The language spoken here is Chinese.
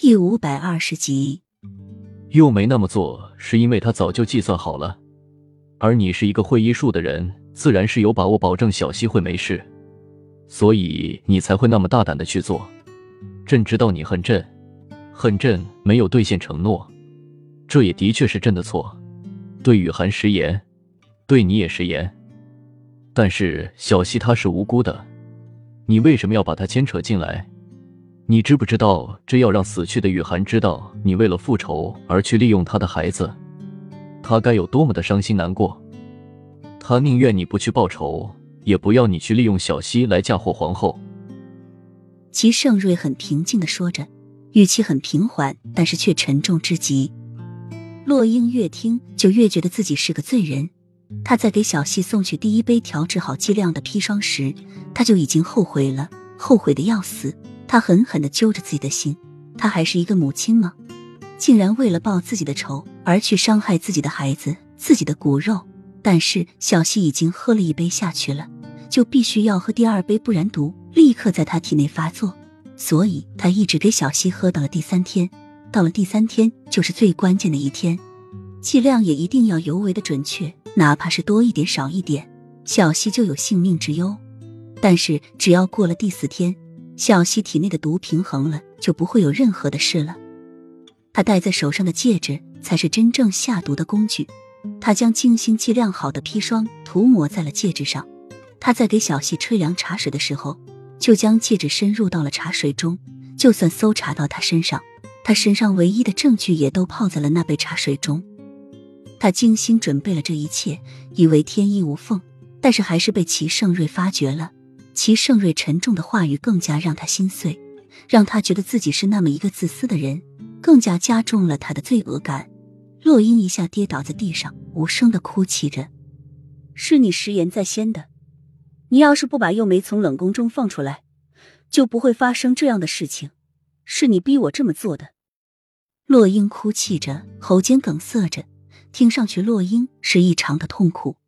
第520集。 又没那么做，是因为他早就计算好了。而你是一个会医术的人，自然是有把握保证小希会没事，所以你才会那么大胆的去做。朕知道你恨朕，恨朕没有兑现承诺，这也的确是朕的错。对雨涵食言，对你也食言。但是小希她是无辜的，你为什么要把她牵扯进来？你知不知道，这要让死去的雨涵知道你为了复仇而去利用她的孩子，她该有多么的伤心难过。她宁愿你不去报仇，也不要你去利用小希来嫁祸皇后。 齐盛瑞很平静地说着，语气很平缓，但是却沉重至极。洛英越听就越觉得自己是个罪人。他在给小希送去第一杯调制好剂量的砒霜时，他就已经后悔了，后悔的要死。他狠狠地揪着自己的心，他还是一个母亲吗？竟然为了报自己的仇而去伤害自己的孩子，自己的骨肉。但是小希已经喝了一杯下去了，就必须要喝第二杯，不然毒立刻在他体内发作。所以他一直给小希喝到了第3天，到了第3天就是最关键的一天，剂量也一定要尤为的准确，哪怕是多一点少一点，小希就有性命之忧。但是只要过了第4天，小希体内的毒平衡了，就不会有任何的事了。他戴在手上的戒指才是真正下毒的工具。他将精心剂量好的砒霜涂抹在了戒指上。他在给小希吹凉茶水的时候，就将戒指深入到了茶水中，就算搜查到他身上，他身上唯一的证据也都泡在了那杯茶水中。他精心准备了这一切，以为天衣无缝，但是还是被齐盛瑞发觉了。齐盛瑞沉重的话语更加让他心碎，让他觉得自己是那么一个自私的人，更加加重了他的罪恶感。洛英一下跌倒在地上，无声地哭泣着。是你食言在先的，你要是不把幼梅从冷宫中放出来，就不会发生这样的事情，是你逼我这么做的。洛英哭泣着，喉间梗塞着，听上去洛英是异常的痛苦。